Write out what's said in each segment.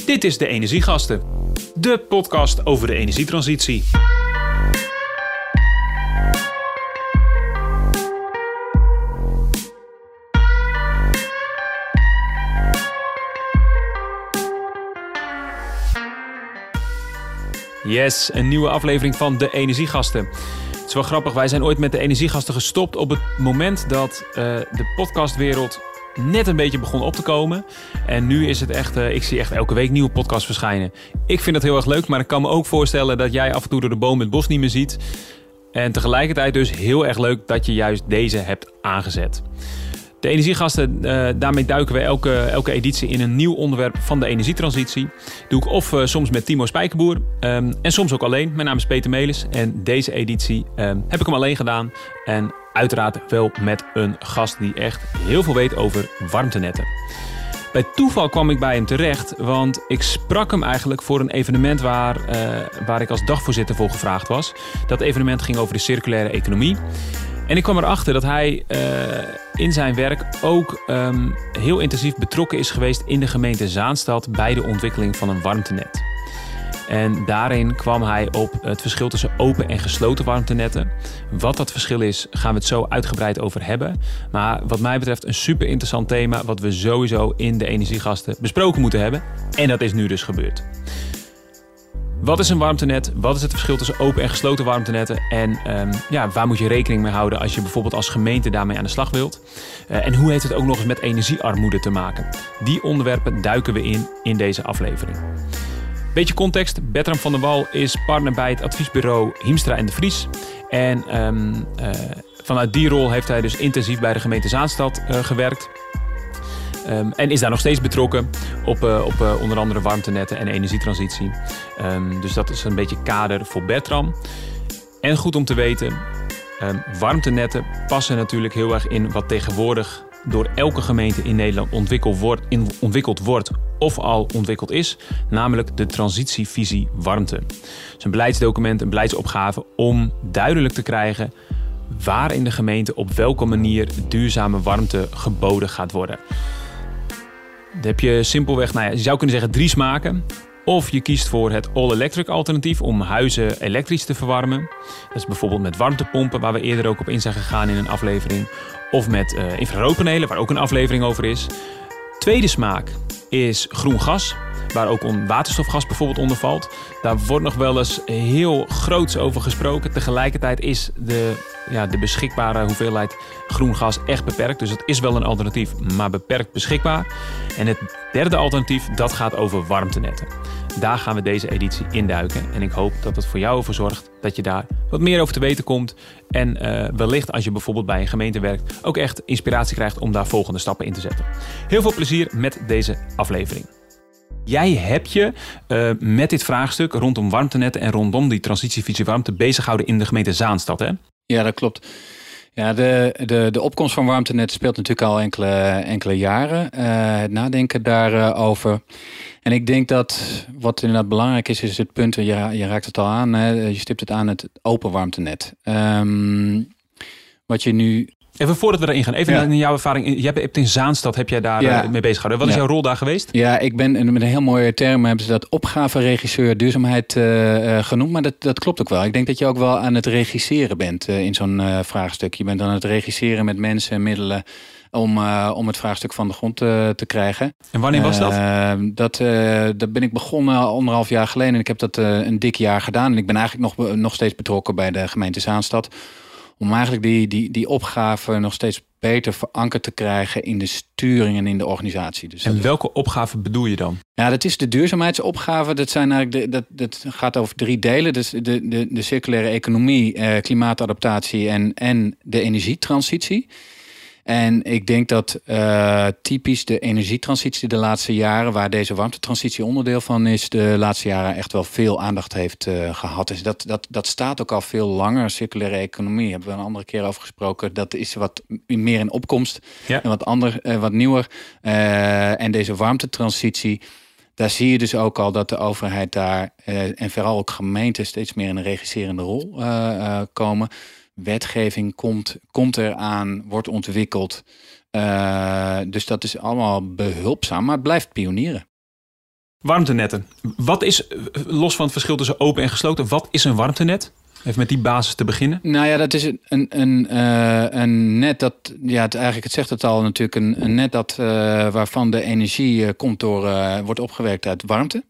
Dit is De Energiegasten, de podcast over de energietransitie. Yes, een nieuwe aflevering van De Energiegasten. Het is wel grappig, wij zijn ooit met De Energiegasten gestopt op het moment dat de podcastwereld net een beetje begon op te komen. En nu is het echt, ik zie echt elke week nieuwe podcasts verschijnen. Ik vind dat heel erg leuk, maar ik kan me ook voorstellen dat jij af en toe door de boom het bos niet meer ziet. En tegelijkertijd dus heel erg leuk dat je juist deze hebt aangezet. De Energiegasten, daarmee duiken we elke editie in een nieuw onderwerp van de energietransitie. Doe ik of soms met Timo Spijkerboer en soms ook alleen. Mijn naam is Peter Melis en deze editie heb ik hem alleen gedaan. En uiteraard wel met een gast die echt heel veel weet over warmtenetten. Bij toeval kwam ik bij hem terecht, want ik sprak hem eigenlijk voor een evenement waar ik als dagvoorzitter voor gevraagd was. Dat evenement ging over de circulaire economie. En ik kwam erachter dat hij in zijn werk ook heel intensief betrokken is geweest in de gemeente Zaanstad bij de ontwikkeling van een warmtenet. En daarin kwam hij op het verschil tussen open en gesloten warmtenetten. Wat dat verschil is, gaan we het zo uitgebreid over hebben. Maar wat mij betreft een super interessant thema wat we sowieso in de Energiegasten besproken moeten hebben. En dat is nu dus gebeurd. Wat is een warmtenet? Wat is het verschil tussen open en gesloten warmtenetten? En waar moet je rekening mee houden als je bijvoorbeeld als gemeente daarmee aan de slag wilt? En hoe heeft het ook nog eens met energiearmoede te maken? Die onderwerpen duiken we in deze aflevering. Beetje context. Bertram van der Wal is partner bij het adviesbureau Hiemstra en de Vries. En vanuit die rol heeft hij dus intensief bij de gemeente Zaanstad gewerkt. En is daar nog steeds betrokken op onder andere warmtenetten en energietransitie. Dus dat is een beetje kader voor Bertram. En goed om te weten, warmtenetten passen natuurlijk heel erg in wat tegenwoordig door elke gemeente in Nederland ontwikkeld wordt of al ontwikkeld is. Namelijk de transitievisie warmte. Het is een beleidsdocument, een beleidsopgave om duidelijk te krijgen waar in de gemeente op welke manier duurzame warmte geboden gaat worden. Dan heb je simpelweg, je zou kunnen zeggen 3 smaken. Of je kiest voor het all-electric alternatief om huizen elektrisch te verwarmen. Dat is bijvoorbeeld met warmtepompen, waar we eerder ook op in zijn gegaan in een aflevering. Of met infraroodpanelen, waar ook een aflevering over is. Tweede smaak is groen gas, waar ook waterstofgas bijvoorbeeld onder valt. Daar wordt nog wel eens heel groots over gesproken. Tegelijkertijd is de beschikbare hoeveelheid groen gas echt beperkt. Dus het is wel een alternatief, maar beperkt beschikbaar. En het derde alternatief, dat gaat over warmtenetten. Daar gaan we deze editie induiken. En ik hoop dat het voor jou ervoor zorgt dat je daar wat meer over te weten komt. En wellicht als je bijvoorbeeld bij een gemeente werkt ook echt inspiratie krijgt om daar volgende stappen in te zetten. Heel veel plezier met deze aflevering. Jij hebt je met dit vraagstuk rondom warmtenetten en rondom die transitievisie warmte bezighouden in de gemeente Zaanstad, hè? Ja, dat klopt. Ja, de opkomst van warmtenetten speelt natuurlijk al enkele jaren. Het nadenken daarover. En ik denk dat wat inderdaad belangrijk is het punt, je raakt het al aan, hè, je stipt het aan, het open warmtenet. Wat je nu... Even voordat we erin gaan, in jouw ervaring. Je hebt in Zaanstad heb jij daar mee bezig gehouden. Wat is jouw rol daar geweest? Ja, ik ben met een heel mooie term hebben ze dat opgaveregisseur duurzaamheid genoemd. Maar dat klopt ook wel. Ik denk dat je ook wel aan het regisseren bent in zo'n vraagstuk. Je bent aan het regisseren met mensen en middelen om het vraagstuk van de grond te krijgen. En wanneer was dat? Dat ben ik begonnen 1,5 jaar geleden. En ik heb dat een dik jaar gedaan. En ik ben eigenlijk nog steeds betrokken bij de gemeente Zaanstad. Om eigenlijk die opgave nog steeds beter verankerd te krijgen in de sturing en in de organisatie. Dus en welke opgave bedoel je dan? Ja, dat is de duurzaamheidsopgave. Dat zijn eigenlijk dat gaat over 3 delen. Dus de circulaire economie, klimaatadaptatie en de energietransitie. En ik denk dat typisch de energietransitie de laatste jaren, waar deze warmtetransitie onderdeel van is, de laatste jaren echt wel veel aandacht heeft gehad. Dus dat staat ook al veel langer. Circulaire economie hebben we een andere keer over gesproken. Dat is wat meer in opkomst en wat nieuwer. En deze warmtetransitie, daar zie je dus ook al dat de overheid daar en vooral ook gemeenten steeds meer in een regisserende rol komen. Wetgeving komt eraan, wordt ontwikkeld. Dus dat is allemaal behulpzaam, maar het blijft pionieren. Warmtenetten. Wat is, los van het verschil tussen open en gesloten, wat is een warmtenet? Even met die basis te beginnen. Nou ja, dat is een net dat, eigenlijk het zegt het al natuurlijk, een net dat waarvan de energie komt wordt opgewerkt uit warmte.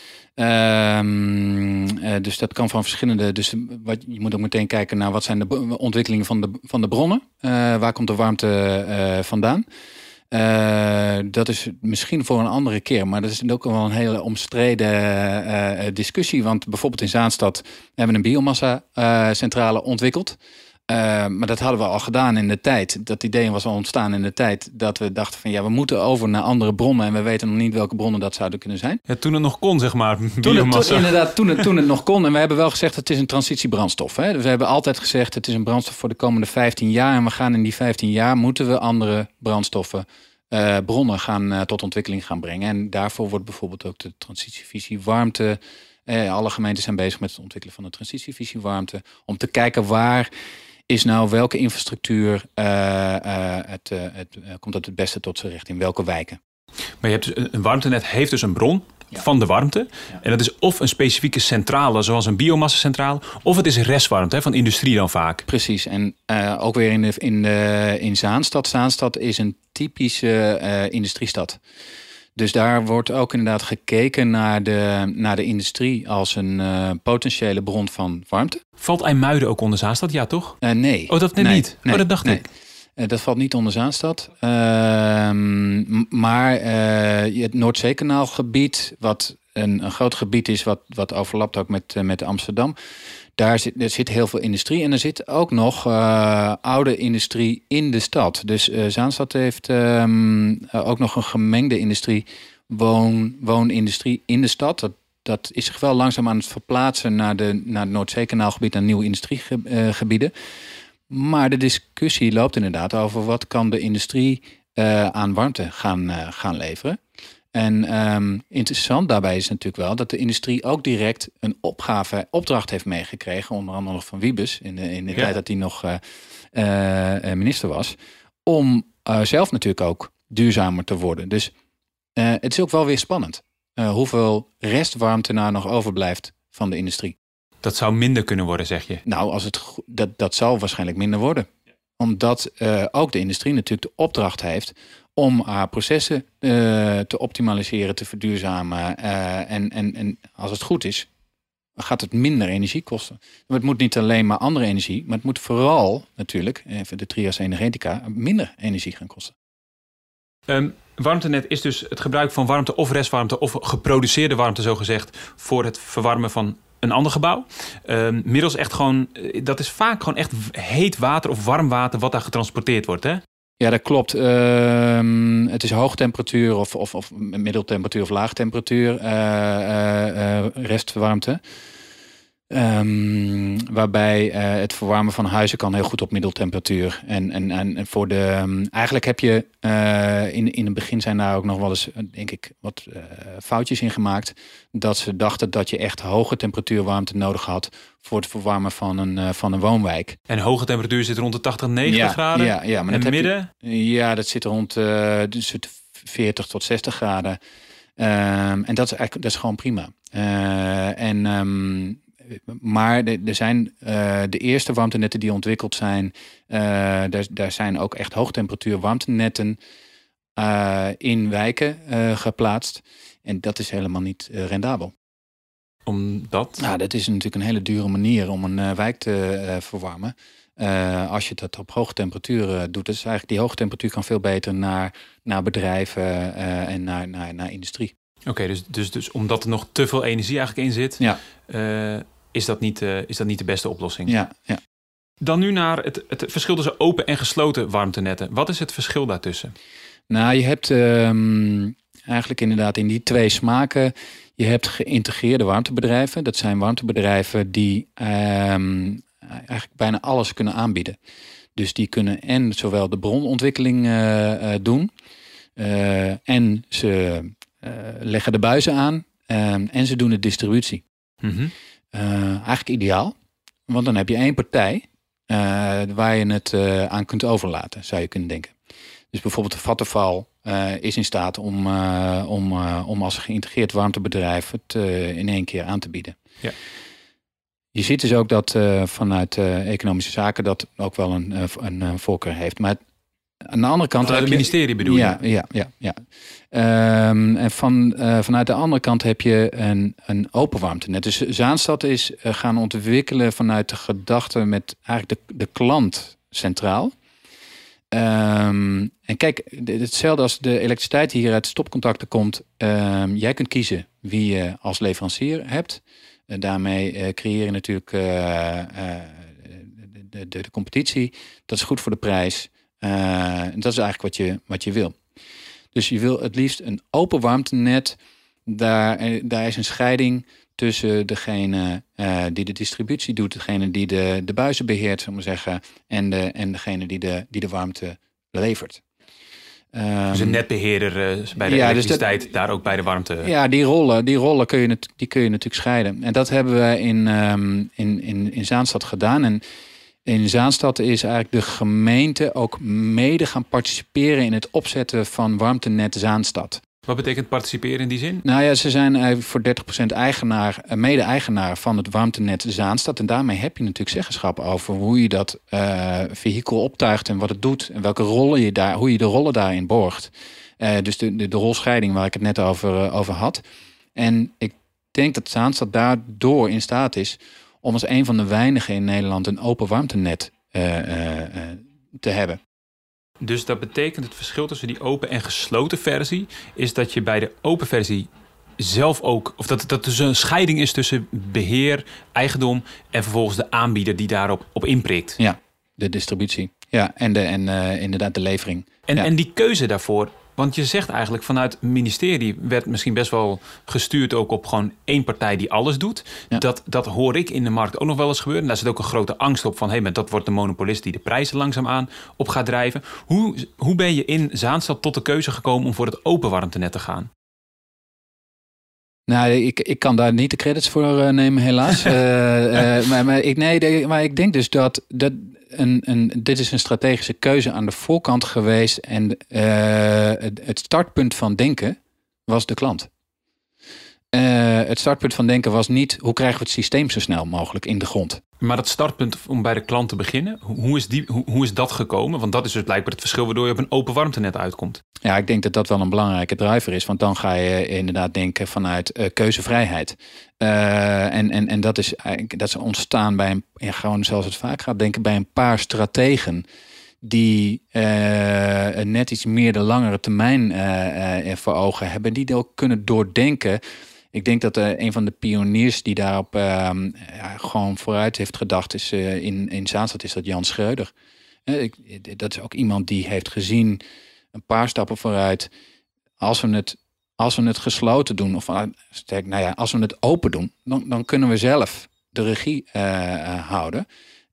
Dus dat kan van verschillende. Dus je moet ook meteen kijken naar wat zijn de ontwikkelingen van de bronnen. Waar komt de warmte vandaan? Dat is misschien voor een andere keer, maar dat is ook wel een hele omstreden discussie. Want bijvoorbeeld in Zaanstad hebben we een biomassa-centrale ontwikkeld. Maar dat hadden we al gedaan in de tijd. Dat idee was al ontstaan in de tijd dat we dachten van we moeten over naar andere bronnen. En we weten nog niet welke bronnen dat zouden kunnen zijn. Ja, toen het nog kon, zeg maar. Biomassa. Toen het nog kon. En we hebben wel gezegd het is een transitiebrandstof. Hè? Dus we hebben altijd gezegd het is een brandstof voor de komende 15 jaar. En we gaan in die 15 jaar moeten we andere brandstoffen, bronnen tot ontwikkeling gaan brengen. En daarvoor wordt bijvoorbeeld ook de transitievisie warmte. Alle gemeenten zijn bezig met het ontwikkelen van de transitievisie warmte. Om te kijken waar is nou welke infrastructuur komt het beste tot zijn recht in welke wijken. Maar je hebt dus een warmtenet heeft dus een bron van de warmte. Ja. En dat is of een specifieke centrale, zoals een biomassacentrale, of het is restwarmte van industrie dan vaak. Precies. En ook weer in Zaanstad. Zaanstad is een typische industriestad. Dus daar wordt ook inderdaad gekeken naar de industrie als een potentiële bron van warmte. Valt IJmuiden ook onder Zaanstad? Ja, toch? Nee. Oh, dat net niet? Nee, dat dacht ik. Dat valt niet onder Zaanstad. Maar het Noordzeekanaalgebied, wat een groot gebied is, wat overlapt ook met Amsterdam. Er zit heel veel industrie en er zit ook nog oude industrie in de stad. Dus Zaanstad heeft ook nog een gemengde industrie, woonindustrie in de stad. Dat is zich wel langzaam aan het verplaatsen naar het Noordzeekanaalgebied, naar nieuwe industriegebieden. Maar de discussie loopt inderdaad over wat kan de industrie aan warmte gaan leveren. En interessant daarbij is natuurlijk wel dat de industrie ook direct een opdracht heeft meegekregen, onder andere nog van Wiebes in de tijd dat hij nog minister was, om zelf natuurlijk ook duurzamer te worden. Dus het is ook wel weer spannend hoeveel restwarmte nou nog overblijft van de industrie. Dat zou minder kunnen worden, zeg je? Nou, dat zal waarschijnlijk minder worden. Omdat ook de industrie natuurlijk de opdracht heeft om haar processen te optimaliseren, te verduurzamen. En als het goed is, gaat het minder energie kosten. Maar het moet niet alleen maar andere energie, maar het moet vooral natuurlijk, even de trias energetica, minder energie gaan kosten. Warmtenet is dus het gebruik van warmte of restwarmte of geproduceerde warmte, zogezegd, voor het verwarmen van een ander gebouw. Middels echt gewoon, dat is vaak gewoon echt heet water of warm water wat daar getransporteerd wordt, hè? Ja, dat klopt. Het is hoogtemperatuur of middeltemperatuur of laagtemperatuur restwarmte. Waarbij het verwarmen van huizen kan heel goed op middeltemperatuur. En voor eigenlijk heb je in het begin zijn daar ook nog wel eens, denk ik, wat foutjes in gemaakt. Dat ze dachten dat je echt hoge temperatuurwarmte nodig had voor het verwarmen van een woonwijk. En hoge temperatuur zit rond de 80, 90 graden? Ja, maar en dat midden? Dat zit rond de 40 tot 60 graden. En dat is gewoon prima. Maar er zijn de eerste warmtenetten die ontwikkeld zijn. Daar zijn ook echt hoogtemperatuur warmtenetten in wijken geplaatst. En dat is helemaal niet rendabel. Omdat? Nou, dat is natuurlijk een hele dure manier om een wijk te verwarmen. Als je dat op hoge temperatuur doet. Dus eigenlijk die hoge temperatuur kan veel beter naar bedrijven en naar industrie. Oké, dus omdat er nog te veel energie eigenlijk in zit, is dat niet de beste oplossing. Ja. Dan nu naar het verschil tussen open en gesloten warmtenetten. Wat is het verschil daartussen? Nou, je hebt eigenlijk inderdaad in die twee smaken. Je hebt geïntegreerde warmtebedrijven. Dat zijn warmtebedrijven die eigenlijk bijna alles kunnen aanbieden. Dus die kunnen en zowel de bronontwikkeling doen. En ze leggen de buizen aan. En ze doen de distributie. Mm-hmm. Eigenlijk ideaal. Want dan heb je één partij waar je het aan kunt overlaten, zou je kunnen denken. Dus bijvoorbeeld de Vattenfall is in staat om als geïntegreerd warmtebedrijf het in 1 keer aan te bieden. Ja. Je ziet dus ook dat vanuit economische zaken dat ook wel een voorkeur heeft. Maar aan de andere kant... Vanuit het ministerie bedoel je? Ja. En vanuit de andere kant heb je een open warmtenet. Dus Zaanstad is gaan ontwikkelen vanuit de gedachte met eigenlijk de klant centraal. En kijk, hetzelfde als de elektriciteit die hier uit stopcontacten komt. Jij kunt kiezen wie je als leverancier hebt. Daarmee creëer je natuurlijk de competitie. Dat is goed voor de prijs. En dat is eigenlijk wat je wil. Dus je wil het liefst een open warmtenet. Daar is een scheiding tussen degene die de distributie doet, degene die de buizen beheert, zullen we zeggen, en degene die de warmte levert. Dus een netbeheerder bij de elektriciteit, dus daar ook bij de warmte. Ja, die rollen kun je natuurlijk scheiden. En dat hebben we in Zaanstad gedaan. En in Zaanstad is eigenlijk de gemeente ook mede gaan participeren in het opzetten van warmtenet Zaanstad. Wat betekent participeren in die zin? Nou ja, ze zijn voor 30% mede-eigenaar van het warmtenet Zaanstad. En daarmee heb je natuurlijk zeggenschap over hoe je dat vehikel optuigt en wat het doet. En welke rollen hoe je de rollen daarin borgt. Dus de rolscheiding waar ik het net over had. En ik denk dat Zaanstad daardoor in staat is om als een van de weinigen in Nederland een open warmtenet te hebben. Dus dat betekent het verschil tussen die open en gesloten versie is dat je bij de open versie zelf ook, of dat dus een scheiding is tussen beheer, eigendom en vervolgens de aanbieder die daarop inprikt. Ja, de distributie. Ja, en inderdaad de levering. En die keuze daarvoor, want je zegt eigenlijk vanuit het ministerie werd misschien best wel gestuurd ook op gewoon één partij die alles doet. Ja. Dat hoor ik in de markt ook nog wel eens gebeuren. Daar zit ook een grote angst op van maar dat wordt de monopolist die de prijzen langzaamaan op gaat drijven. Hoe ben je in Zaanstad tot de keuze gekomen om voor het open warmtenet te gaan? Nou, ik kan daar niet de credits voor nemen, helaas. Maar ik denk dus dat dit is een strategische keuze aan de voorkant geweest. En het startpunt van denken was de klant. Het startpunt van denken was niet hoe krijgen we het systeem zo snel mogelijk in de grond. Maar dat startpunt om bij de klant te beginnen, hoe is dat gekomen? Want dat is dus blijkbaar het verschil waardoor je op een open warmtenet uitkomt. Ja, ik denk dat dat wel een belangrijke driver is. Want dan ga je inderdaad denken vanuit keuzevrijheid. En dat is ontstaan bij gewoon zoals het vaak gaat denken bij een paar strategen die net iets meer de langere termijn voor ogen hebben. Die ook kunnen doordenken. Ik denk dat een van de pioniers die daarop gewoon vooruit heeft gedacht is in Zaanstad is dat Jan Schreuder. Dat is ook iemand die heeft gezien een paar stappen vooruit. Als we het gesloten doen, of als we het open doen, dan kunnen we zelf de regie houden.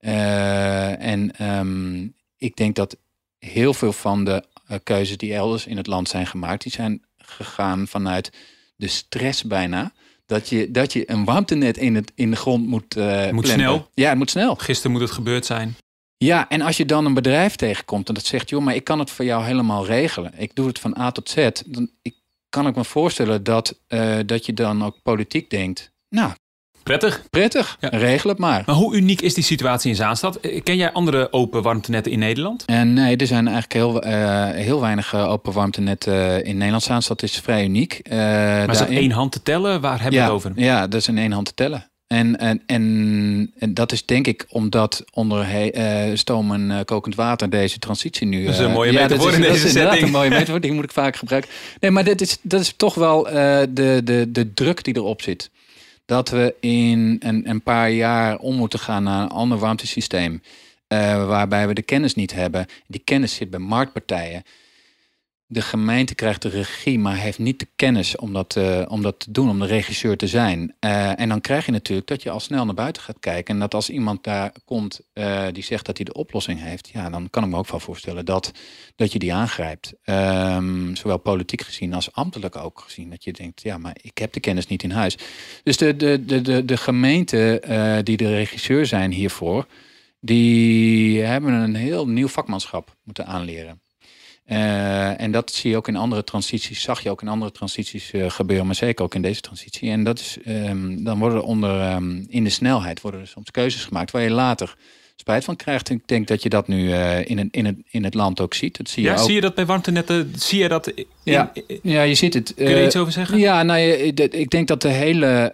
Ik denk dat heel veel van de keuzes die elders in het land zijn gemaakt, die zijn gegaan vanuit de stress bijna. Dat je een warmtenet in de grond moet moet snel. Ja, het moet snel. Gisteren moet het gebeurd zijn. Ja, en als je dan een bedrijf tegenkomt en dat zegt, joh, maar ik kan het voor jou helemaal regelen. Ik doe het van A tot Z. Dan kan ik me voorstellen dat je dan ook politiek denkt, nou, Prettig, ja. Regel het maar. Maar hoe uniek is die situatie in Zaanstad? Ken jij andere open warmtenetten in Nederland? Nee, er zijn eigenlijk heel weinig open warmtenetten in Nederland. Zaanstad is vrij uniek. Maar is dat één hand te tellen? Waar hebben we het over? Ja, dat is in één hand te tellen. En dat is denk ik omdat onder stoom en kokend water deze transitie nu... Dat is een mooie metafoor in deze setting. Dat is inderdaad een mooie metafoor, die moet ik vaak gebruiken. Nee, maar dat is toch wel de druk die erop zit. Dat we in een paar jaar om moeten gaan naar een ander warmtesysteem. Waarbij we de kennis niet hebben. Die kennis zit bij marktpartijen. De gemeente krijgt de regie, maar heeft niet de kennis om dat te doen, om de regisseur te zijn. En dan krijg je natuurlijk dat je al snel naar buiten gaat kijken. En dat als iemand daar komt die zegt dat hij de oplossing heeft, ja, dan kan ik me ook wel voorstellen dat je die aangrijpt. Zowel politiek gezien als ambtelijk ook gezien. Dat je denkt, ja, maar ik heb de kennis niet in huis. Dus de gemeente die de regisseur zijn hiervoor, die hebben een heel nieuw vakmanschap moeten aanleren. En dat zie je ook in andere transities, zag je ook in andere transities gebeuren, maar zeker ook in deze transitie. En dat is, dan worden er in de snelheid worden er soms keuzes gemaakt waar je later spijt van krijgt. Ik denk dat je dat nu in het land ook ziet. Dat zie je ook. Zie je dat bij warmtenetten? Zie je dat? Ja, je ziet het. Kun je er iets over zeggen? Ja, nou, ik denk dat de hele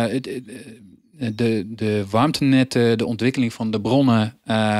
de warmtenetten, de ontwikkeling van de bronnen,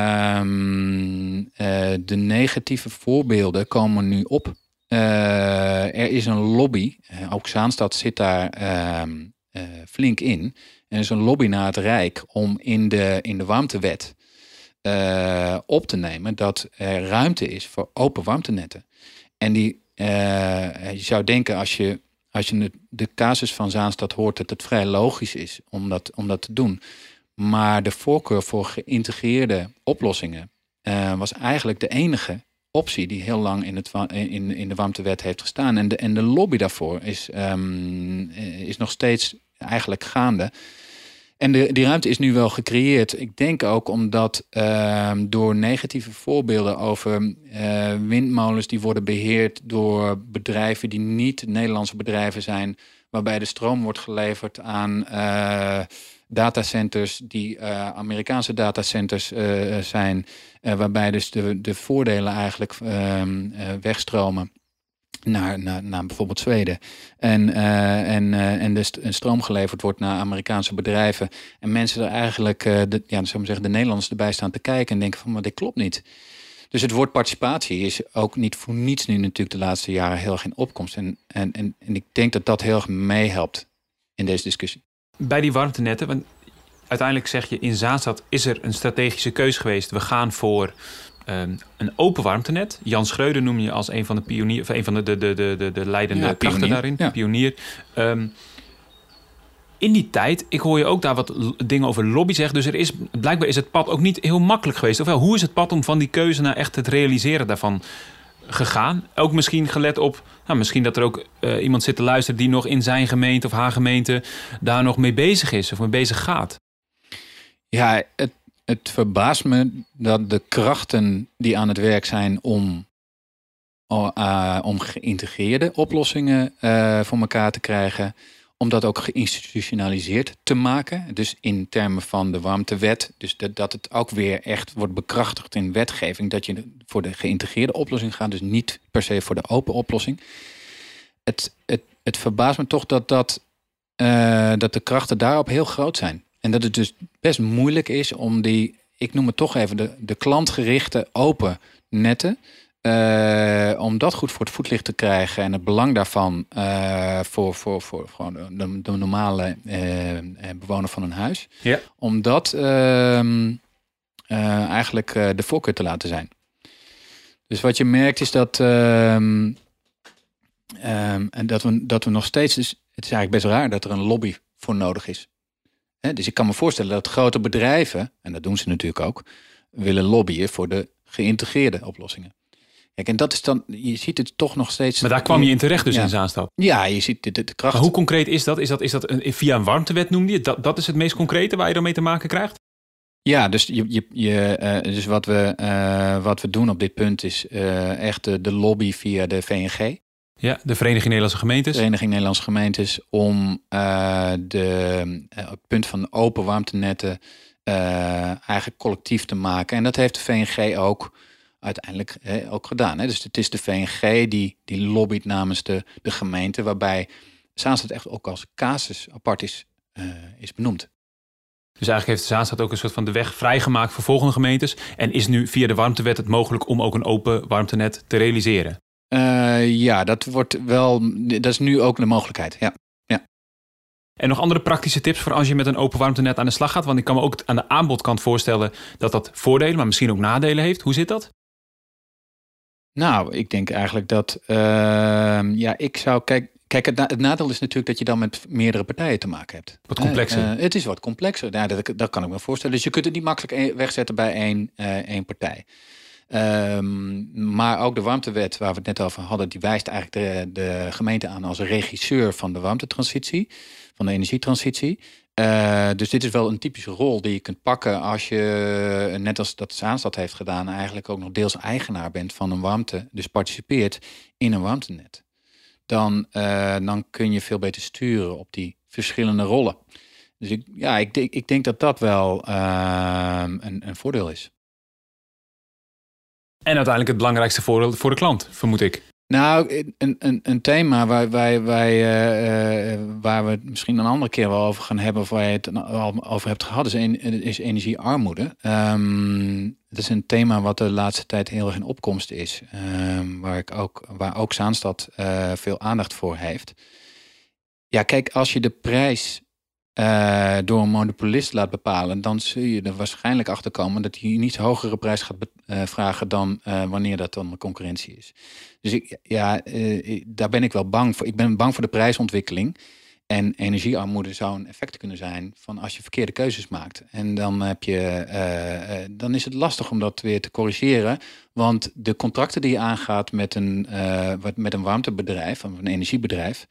de negatieve voorbeelden komen nu op. Er is een lobby, ook Zaanstad zit daar flink in. En er is een lobby naar het Rijk om in de warmtewet op te nemen dat er ruimte is voor open warmtenetten. En je zou denken als je de casus van Zaanstad hoort, dat het vrij logisch is om dat te doen. Maar de voorkeur voor geïntegreerde oplossingen was eigenlijk de enige optie die heel lang in de warmtewet heeft gestaan. En de lobby daarvoor is nog steeds eigenlijk gaande. En die ruimte is nu wel gecreëerd. Ik denk ook omdat door negatieve voorbeelden over windmolens die worden beheerd door bedrijven die niet Nederlandse bedrijven zijn, waarbij de stroom wordt geleverd aan datacenters die Amerikaanse datacenters zijn, waarbij dus de voordelen eigenlijk wegstromen naar bijvoorbeeld Zweden. En de stroom geleverd wordt naar Amerikaanse bedrijven. En mensen er eigenlijk, de Nederlanders erbij staan te kijken en denken van, maar dit klopt niet. Dus het woord participatie is ook niet voor niets nu natuurlijk de laatste jaren heel erg in opkomst. En ik denk dat dat heel erg meehelpt in deze discussie. Bij die warmtenetten, want uiteindelijk zeg je in Zaanstad is er een strategische keus geweest. We gaan voor een open warmtenet. Jan Schreuder noem je als een van de pioniers, of een van de leidende krachten daarin. Ja. Pionier. In die tijd, ik hoor je ook daar wat dingen over lobby zeggen. Dus blijkbaar is het pad ook niet heel makkelijk geweest. Ofwel, hoe is het pad om van die keuze naar echt het realiseren daarvan gegaan? Ook misschien gelet op, misschien dat er ook iemand zit te luisteren die nog in zijn gemeente of haar gemeente daar nog mee bezig is of mee bezig gaat. Ja, het verbaast me dat de krachten die aan het werk zijn om geïntegreerde oplossingen voor elkaar te krijgen, om dat ook geïnstitutionaliseerd te maken. Dus in termen van de warmtewet, dus dat het ook weer echt wordt bekrachtigd in wetgeving, dat je voor de geïntegreerde oplossing gaat, dus niet per se voor de open oplossing. Het verbaast me toch dat de krachten daarop heel groot zijn. En dat het dus best moeilijk is om ik noem het toch even de klantgerichte open netten, om dat goed voor het voetlicht te krijgen en het belang daarvan voor gewoon de normale bewoner van een huis. Ja. Om dat eigenlijk de voorkeur te laten zijn. Dus wat je merkt is dat dat we nog steeds, dus het is eigenlijk best raar dat er een lobby voor nodig is. Dus ik kan me voorstellen dat grote bedrijven, en dat doen ze natuurlijk ook, willen lobbyen voor de geïntegreerde oplossingen. Kijk, en dat is dan, je ziet het toch nog steeds. Maar daar kwam je in terecht dus in Zaanstad. Ja, je ziet de kracht. Maar hoe concreet is dat? Is dat via een warmtewet noemde je? Dat is het meest concrete waar je dan mee te maken krijgt? Ja, dus, dus wat we doen op dit punt is echt de lobby via de VNG. Ja, de Vereniging Nederlandse Gemeentes. Vereniging Nederlandse Gemeentes om het punt van open warmtenetten eigenlijk collectief te maken. En dat heeft de VNG ook uiteindelijk ook gedaan. Dus het is de VNG die lobbyt namens de gemeente, waarbij Zaanstad echt ook als casus apart is benoemd. Dus eigenlijk heeft Zaanstad ook een soort van de weg vrijgemaakt voor volgende gemeentes. En is nu via de warmtewet het mogelijk om ook een open warmtenet te realiseren? Ja, dat is nu ook de mogelijkheid. Ja. En nog andere praktische tips voor als je met een open warmtenet aan de slag gaat? Want ik kan me ook aan de aanbodkant voorstellen dat voordelen, maar misschien ook nadelen heeft. Hoe zit dat? Nou, ik denk eigenlijk dat ik zou Kijk, het nadeel is natuurlijk dat je dan met meerdere partijen te maken hebt. Wat complexer. Het is wat complexer. Ja, dat kan ik me voorstellen. Dus je kunt het niet makkelijk wegzetten bij één partij. Maar ook de warmtewet waar we het net over hadden, die wijst eigenlijk de gemeente aan als regisseur van de warmtetransitie, van de energietransitie. Dus dit is wel een typische rol die je kunt pakken als je, net als dat Zaanstad heeft gedaan, eigenlijk ook nog deels eigenaar bent van een warmte, dus participeert in een warmtenet. Dan kun je veel beter sturen op die verschillende rollen. Dus ik denk dat dat wel een voordeel is. En uiteindelijk het belangrijkste voordeel voor de klant, vermoed ik. Nou, een thema waar we het misschien een andere keer wel over gaan hebben, of waar je het al over hebt gehad, is energiearmoede. Dat is een thema wat de laatste tijd heel erg in opkomst is. Waar ook Zaanstad veel aandacht voor heeft. Ja, kijk, als je de prijs door een monopolist laat bepalen, dan zul je er waarschijnlijk achter komen dat hij niet hogere prijs gaat vragen dan wanneer dat dan de concurrentie is. Dus daar ben ik wel bang voor. Ik ben bang voor de prijsontwikkeling. En energiearmoede zou een effect kunnen zijn van als je verkeerde keuzes maakt. En dan is het lastig om dat weer te corrigeren. Want de contracten die je aangaat met een warmtebedrijf, of een energiebedrijf,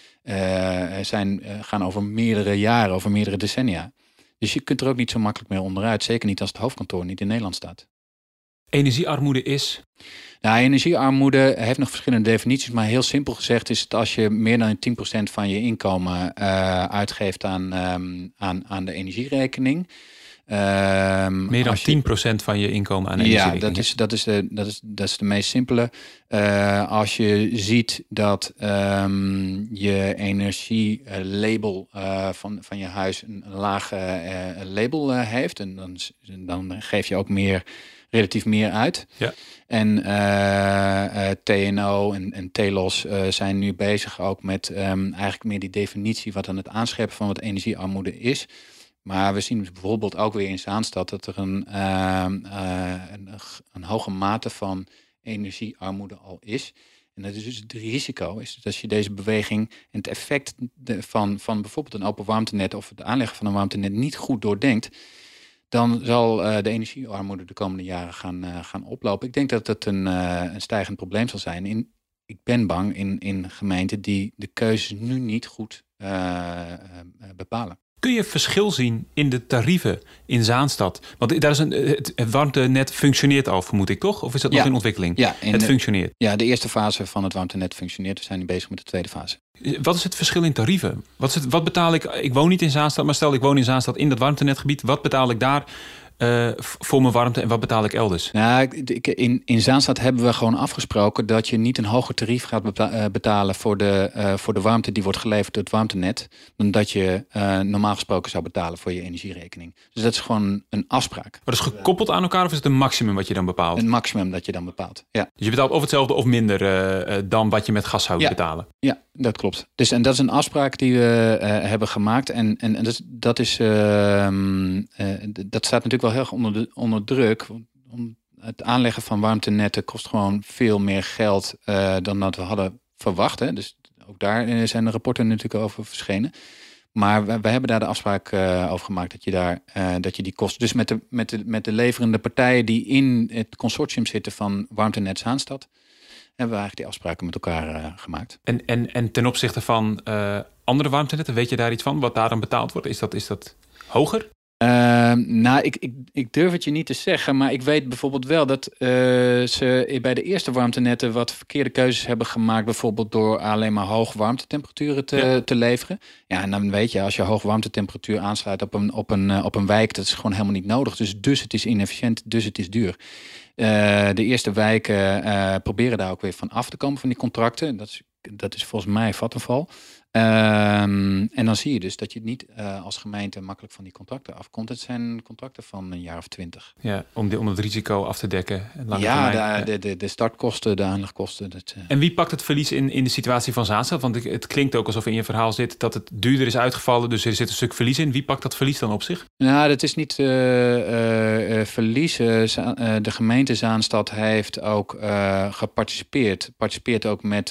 gaan over meerdere jaren, over meerdere decennia. Dus je kunt er ook niet zo makkelijk meer onderuit. Zeker niet als het hoofdkantoor niet in Nederland staat. Energiearmoede is? Nou, energiearmoede heeft nog verschillende definities. Maar heel simpel gezegd is het als je meer dan 10% van je inkomen uitgeeft aan de energierekening. Meer dan 10% van je inkomen aan energierekening. Ja, dat is de meest simpele. Als je ziet dat je energielabel van je huis een lage label heeft, en dan geef je ook relatief meer uit. Ja. En TNO en Telos zijn nu bezig ook met eigenlijk meer die definitie, wat dan het aanscherpen van wat energiearmoede is. Maar we zien bijvoorbeeld ook weer in Zaanstad dat er een hoge mate van energiearmoede al is. En dat is dus het risico, is dat als je deze beweging en het effect van bijvoorbeeld een open warmtenet of het aanleggen van een warmtenet niet goed doordenkt, dan zal de energiearmoede de komende jaren gaan oplopen. Ik denk dat het een stijgend probleem zal zijn. Ik ben bang in gemeenten die de keuzes nu niet goed bepalen. Kun je verschil zien in de tarieven in Zaanstad? Want daar is het warmtenet functioneert al, vermoed ik, toch? Of is dat nog in ontwikkeling? Ja, het functioneert. Ja, de eerste fase van het warmtenet functioneert. We zijn nu bezig met de tweede fase. Wat is het verschil in tarieven? Wat betaal ik? Ik woon niet in Zaanstad, maar stel ik woon in Zaanstad in dat warmtenetgebied. Wat betaal ik daar voor mijn warmte en wat betaal ik elders? Nou, in Zaanstad hebben we gewoon afgesproken dat je niet een hoger tarief gaat betalen voor de warmte die wordt geleverd door het warmtenet, dan dat je normaal gesproken zou betalen voor je energierekening. Dus dat is gewoon een afspraak. Maar dat is gekoppeld aan elkaar of is het een maximum wat je dan bepaalt? Een maximum dat je dan bepaalt, ja. Dus je betaalt of hetzelfde of minder dan wat je met gas zou betalen? Ja, dat klopt. Dus, en dat is een afspraak die we hebben gemaakt. En dat staat natuurlijk wel heel erg onder druk. Het aanleggen van warmtenetten kost gewoon veel meer geld dan dat we hadden verwacht. Hè. Dus ook daar zijn de rapporten natuurlijk over verschenen. Maar we hebben daar de afspraak over gemaakt dat je die kosten, dus met de leverende partijen die in het consortium zitten van Warmtenet Zaanstad, hebben we eigenlijk die afspraken met elkaar gemaakt. En ten opzichte van andere warmtenetten, weet je daar iets van? Wat daar dan betaald wordt? Is dat hoger? Nou, ik durf het je niet te zeggen, maar ik weet bijvoorbeeld wel dat ze bij de eerste warmtenetten wat verkeerde keuzes hebben gemaakt, bijvoorbeeld door alleen maar hoge warmtetemperaturen te leveren. Ja, en dan weet je, als je hoge warmtetemperatuur aansluit op een wijk, dat is gewoon helemaal niet nodig. Dus het is inefficiënt, dus het is duur. De eerste wijken proberen daar ook weer van af te komen van die contracten. Dat is volgens mij Vattenfall. En dan zie je dus dat je niet als gemeente makkelijk van die contracten afkomt. Het zijn contracten van een jaar of 20. Ja, om het risico af te dekken. De startkosten, de aanlegkosten. En wie pakt het verlies in de situatie van Zaanstad? Want het klinkt ook alsof in je verhaal zit dat het duurder is uitgevallen. Dus er zit een stuk verlies in. Wie pakt dat verlies dan op zich? Nou, dat is niet verlies. De gemeente Zaanstad heeft ook geparticipeerd. Participeert ook met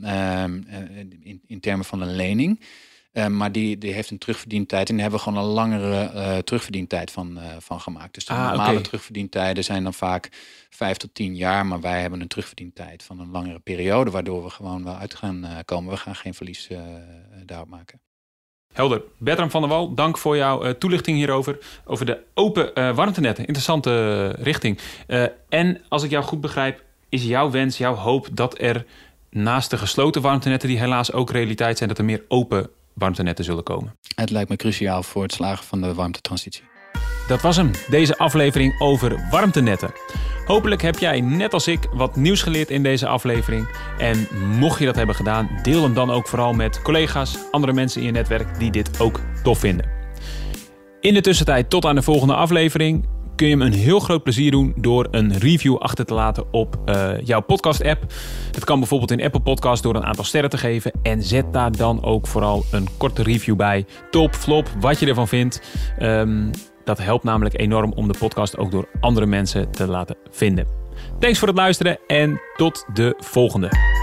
in termen van een lening. Maar die heeft een terugverdientijd. En daar hebben we gewoon een langere terugverdientijd van gemaakt. Dus de normale terugverdientijden zijn dan vaak 5 tot 10 jaar. Maar wij hebben een terugverdientijd van een langere periode, waardoor we gewoon wel uit gaan komen. We gaan geen verlies daarop maken. Helder. Bertram van der Wal, dank voor jouw toelichting hierover. Over de open warmtenetten. Interessante richting. En als ik jou goed begrijp, is jouw wens, jouw hoop dat er naast de gesloten warmtenetten, die helaas ook realiteit zijn, dat er meer open warmtenetten zullen komen. Het lijkt me cruciaal voor het slagen van de warmtetransitie. Dat was hem, deze aflevering over warmtenetten. Hopelijk heb jij, net als ik, wat nieuws geleerd in deze aflevering. En mocht je dat hebben gedaan, deel hem dan ook vooral met collega's, andere mensen in je netwerk die dit ook tof vinden. In de tussentijd, tot aan de volgende aflevering, kun je me een heel groot plezier doen door een review achter te laten op jouw podcast-app. Dat kan bijvoorbeeld in Apple Podcast door een aantal sterren te geven. En zet daar dan ook vooral een korte review bij. Top, flop, wat je ervan vindt. Dat helpt namelijk enorm om de podcast ook door andere mensen te laten vinden. Thanks voor het luisteren en tot de volgende.